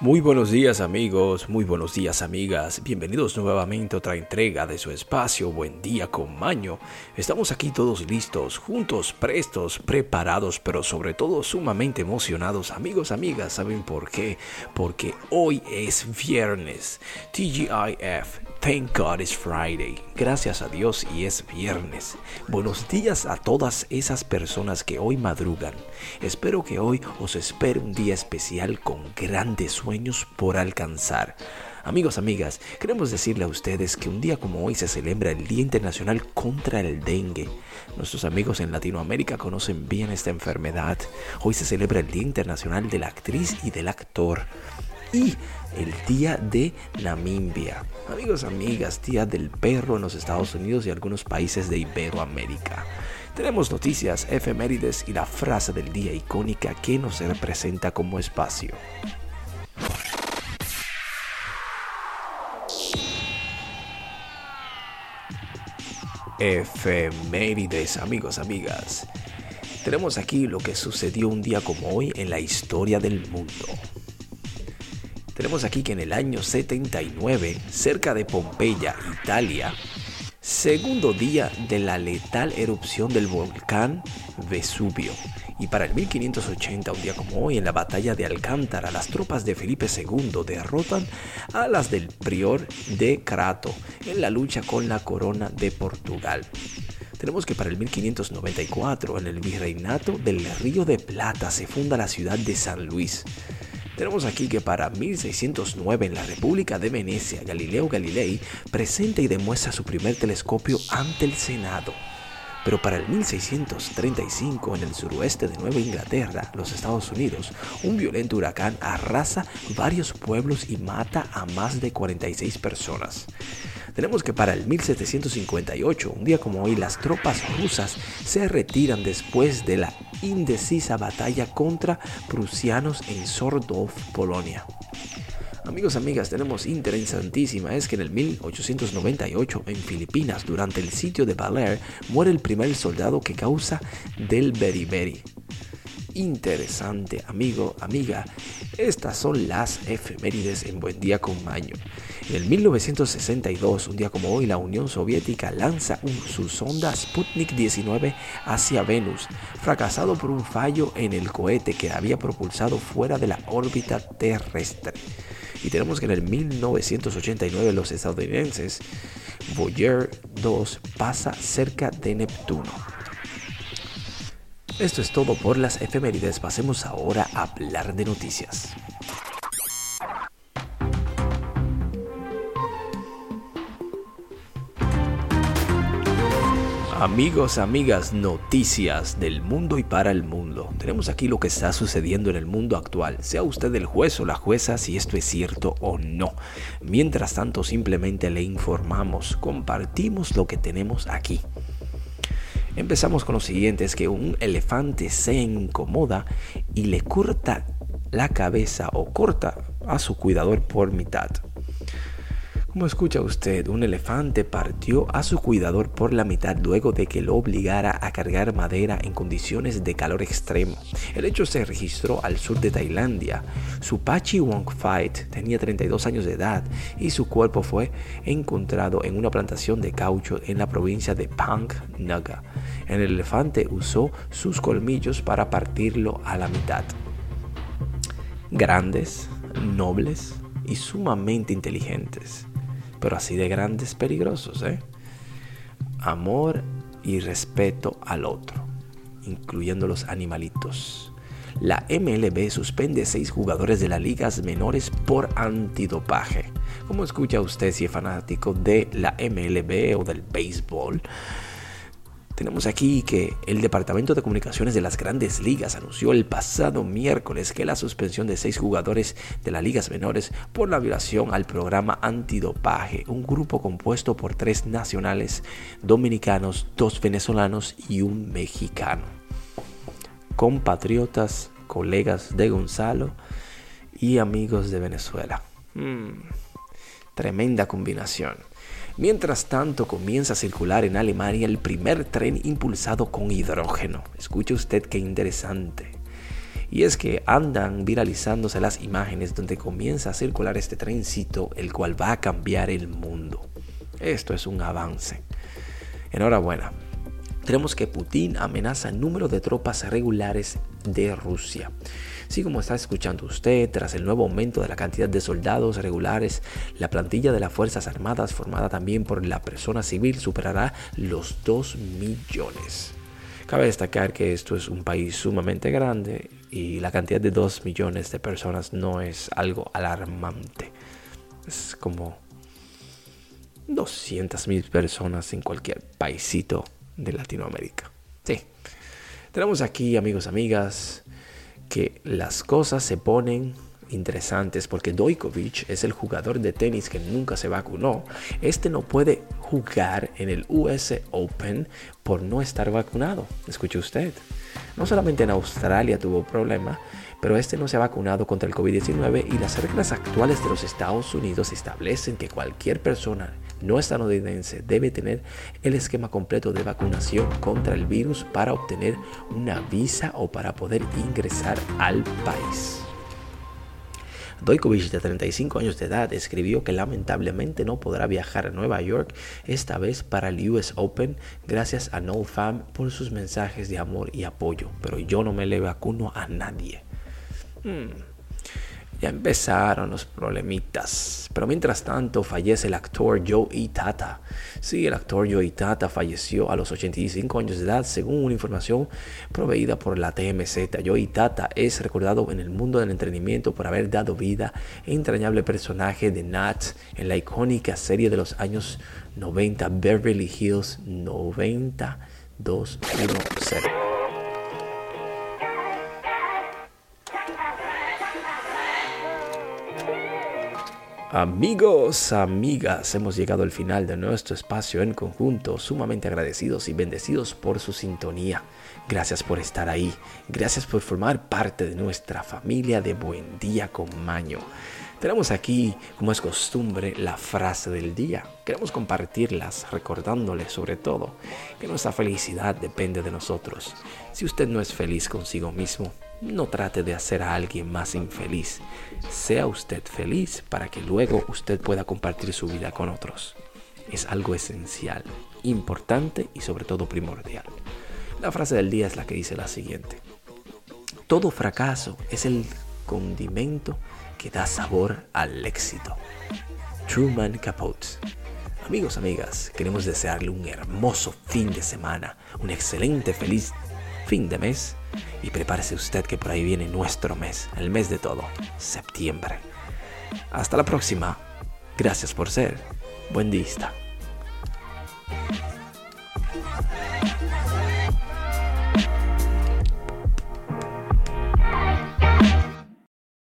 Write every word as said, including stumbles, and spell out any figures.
Muy buenos días amigos, muy buenos días amigas, bienvenidos nuevamente a otra entrega de su espacio Buen Día con Maño. Estamos aquí todos listos, juntos, prestos, preparados, pero sobre todo sumamente emocionados. Amigos, amigas, ¿saben por qué? Porque hoy es viernes, T G I F, Thank God it's Friday, gracias a Dios y es viernes. Buenos días a todas esas personas que hoy madrugan. Espero que hoy os espere un día especial con grandes sueños por alcanzar. Amigos, amigas, queremos decirle a ustedes que un día como hoy se celebra el Día Internacional contra el Dengue. Nuestros amigos en Latinoamérica conocen bien esta enfermedad. Hoy se celebra el Día Internacional de la Actriz y del Actor. Y el Día de Namibia. Amigos, amigas, Día del Perro en los Estados Unidos y algunos países de Iberoamérica. Tenemos noticias, efemérides y la frase del día icónica que nos representa como espacio. Efemérides, amigos, amigas. Tenemos aquí lo que sucedió un día como hoy en la historia del mundo. Tenemos aquí que en el año setenta y nueve, cerca de Pompeya, Italia, segundo día de la letal erupción del volcán Vesubio. Y para el mil quinientos ochenta, un día como hoy, en la batalla de Alcántara, las tropas de Felipe segundo derrotan a las del prior de Crato en la lucha con la corona de Portugal. Tenemos que para el mil quinientos noventa y cuatro, en el virreinato del Río de Plata, se funda la ciudad de San Luis. Tenemos aquí que para mil seiscientos nueve, en la República de Venecia, Galileo Galilei presenta y demuestra su primer telescopio ante el Senado. Pero para el mil seiscientos treinta y cinco, en el suroeste de Nueva Inglaterra, los Estados Unidos, un violento huracán arrasa varios pueblos y mata a más de cuarenta y seis personas. Tenemos que para el mil setecientos cincuenta y ocho, un día como hoy, las tropas rusas se retiran después de la indecisa batalla contra prusianos en Sordów, Polonia. Amigos, amigas, tenemos interesantísima, es que en el mil ochocientos noventa y ocho, en Filipinas, durante el sitio de Baler, muere el primer soldado que causa del beriberi. Interesante, amigo, amiga. Estas son las efemérides en Buen Día con Maño. En el mil novecientos sesenta y dos, un día como hoy, la Unión Soviética lanza un, su sonda Sputnik diecinueve hacia Venus, fracasado por un fallo en el cohete que había propulsado fuera de la órbita terrestre. Y tenemos que en el mil novecientos ochenta y nueve los estadounidenses Voyager dos pasa cerca de Neptuno. Esto es todo por las efemérides. Pasemos ahora a hablar de noticias. Amigos, amigas, noticias del mundo y para el mundo. Tenemos aquí lo que está sucediendo en el mundo actual. Sea usted el juez o la jueza si esto es cierto o no. Mientras tanto, simplemente le informamos, compartimos lo que tenemos aquí. Empezamos con lo siguiente, es que un elefante se incomoda y le corta la cabeza o corta a su cuidador por mitad. Como escucha usted, un elefante partió a su cuidador por la mitad luego de que lo obligara a cargar madera en condiciones de calor extremo. El hecho se registró al sur de Tailandia. Supachi Wongphait tenía treinta y dos años de edad y su cuerpo fue encontrado en una plantación de caucho en la provincia de Phang Nga. El elefante usó sus colmillos para partirlo a la mitad. Grandes, nobles y sumamente inteligentes. Pero así de grandes peligrosos, ¿eh? Amor y respeto al otro, incluyendo los animalitos. La M L B suspende seis jugadores de las ligas menores por antidopaje. ¿Cómo escucha usted si es fanático de la M L B o del béisbol? Tenemos aquí que el Departamento de Comunicaciones de las Grandes Ligas anunció el pasado miércoles que la suspensión de seis jugadores de las ligas menores por la violación al programa antidopaje, un grupo compuesto por tres nacionales dominicanos, dos venezolanos y un mexicano. Compatriotas, colegas de Gonzalo y amigos de Venezuela. Mm, tremenda combinación. Mientras tanto, comienza a circular en Alemania el primer tren impulsado con hidrógeno. Escuche usted qué interesante. Y es que andan viralizándose las imágenes donde comienza a circular este trencito, el cual va a cambiar el mundo. Esto es un avance. Enhorabuena. Tenemos que Putin amenaza el número de tropas regulares de Rusia. Sí, como está escuchando usted, tras el nuevo aumento de la cantidad de soldados regulares, la plantilla de las Fuerzas Armadas, formada también por la persona civil, superará los dos millones. Cabe destacar que esto es un país sumamente grande y la cantidad de dos millones de personas no es algo alarmante. Es como doscientas mil personas en cualquier paisito de Latinoamérica. Sí, tenemos aquí, amigos, amigas, que las cosas se ponen interesantes porque Djokovic es el jugador de tenis que nunca se vacunó. Este no puede jugar en el U S Open por no estar vacunado. Escuche usted. No solamente en Australia tuvo problema, pero este no se ha vacunado contra el COVID diecinueve y las reglas actuales de los Estados Unidos establecen que cualquier persona no estadounidense debe tener el esquema completo de vacunación contra el virus para obtener una visa o para poder ingresar al país. Djokovic, de treinta y cinco años de edad, escribió que lamentablemente no podrá viajar a Nueva York, esta vez para el U S Open, gracias a Noel Pham por sus mensajes de amor y apoyo, pero yo no me le vacuno a nadie. Hmm. Ya empezaron los problemitas. Pero mientras tanto fallece el actor Joey Tata. Sí, el actor Joey Tata falleció a los ochenta y cinco años de edad, según una información proveída por la T M Z. Joey Tata es recordado en el mundo del entretenimiento por haber dado vida al entrañable personaje de Nat en la icónica serie de los años noventa Beverly Hills noventa dos uno cero. Amigos, amigas, hemos llegado al final de nuestro espacio en conjunto, sumamente agradecidos y bendecidos por su sintonía. Gracias por estar ahí, gracias por formar parte de nuestra familia de Buen Día con Maño. Tenemos aquí, como es costumbre, la frase del día. Queremos compartirlas, recordándoles sobre todo que nuestra felicidad depende de nosotros. Si usted no es feliz consigo mismo, no trate de hacer a alguien más infeliz. Sea usted feliz para que luego usted pueda compartir su vida con otros. Es algo esencial, importante y sobre todo primordial. La frase del día es la que dice la siguiente: todo fracaso es el condimento que da sabor al éxito. Truman Capote. Amigos, amigas, queremos desearle un hermoso fin de semana, un excelente, feliz fin de mes. Y prepárese usted que por ahí viene nuestro mes, el mes de todo, septiembre. Hasta la próxima. Gracias por ser buen dista.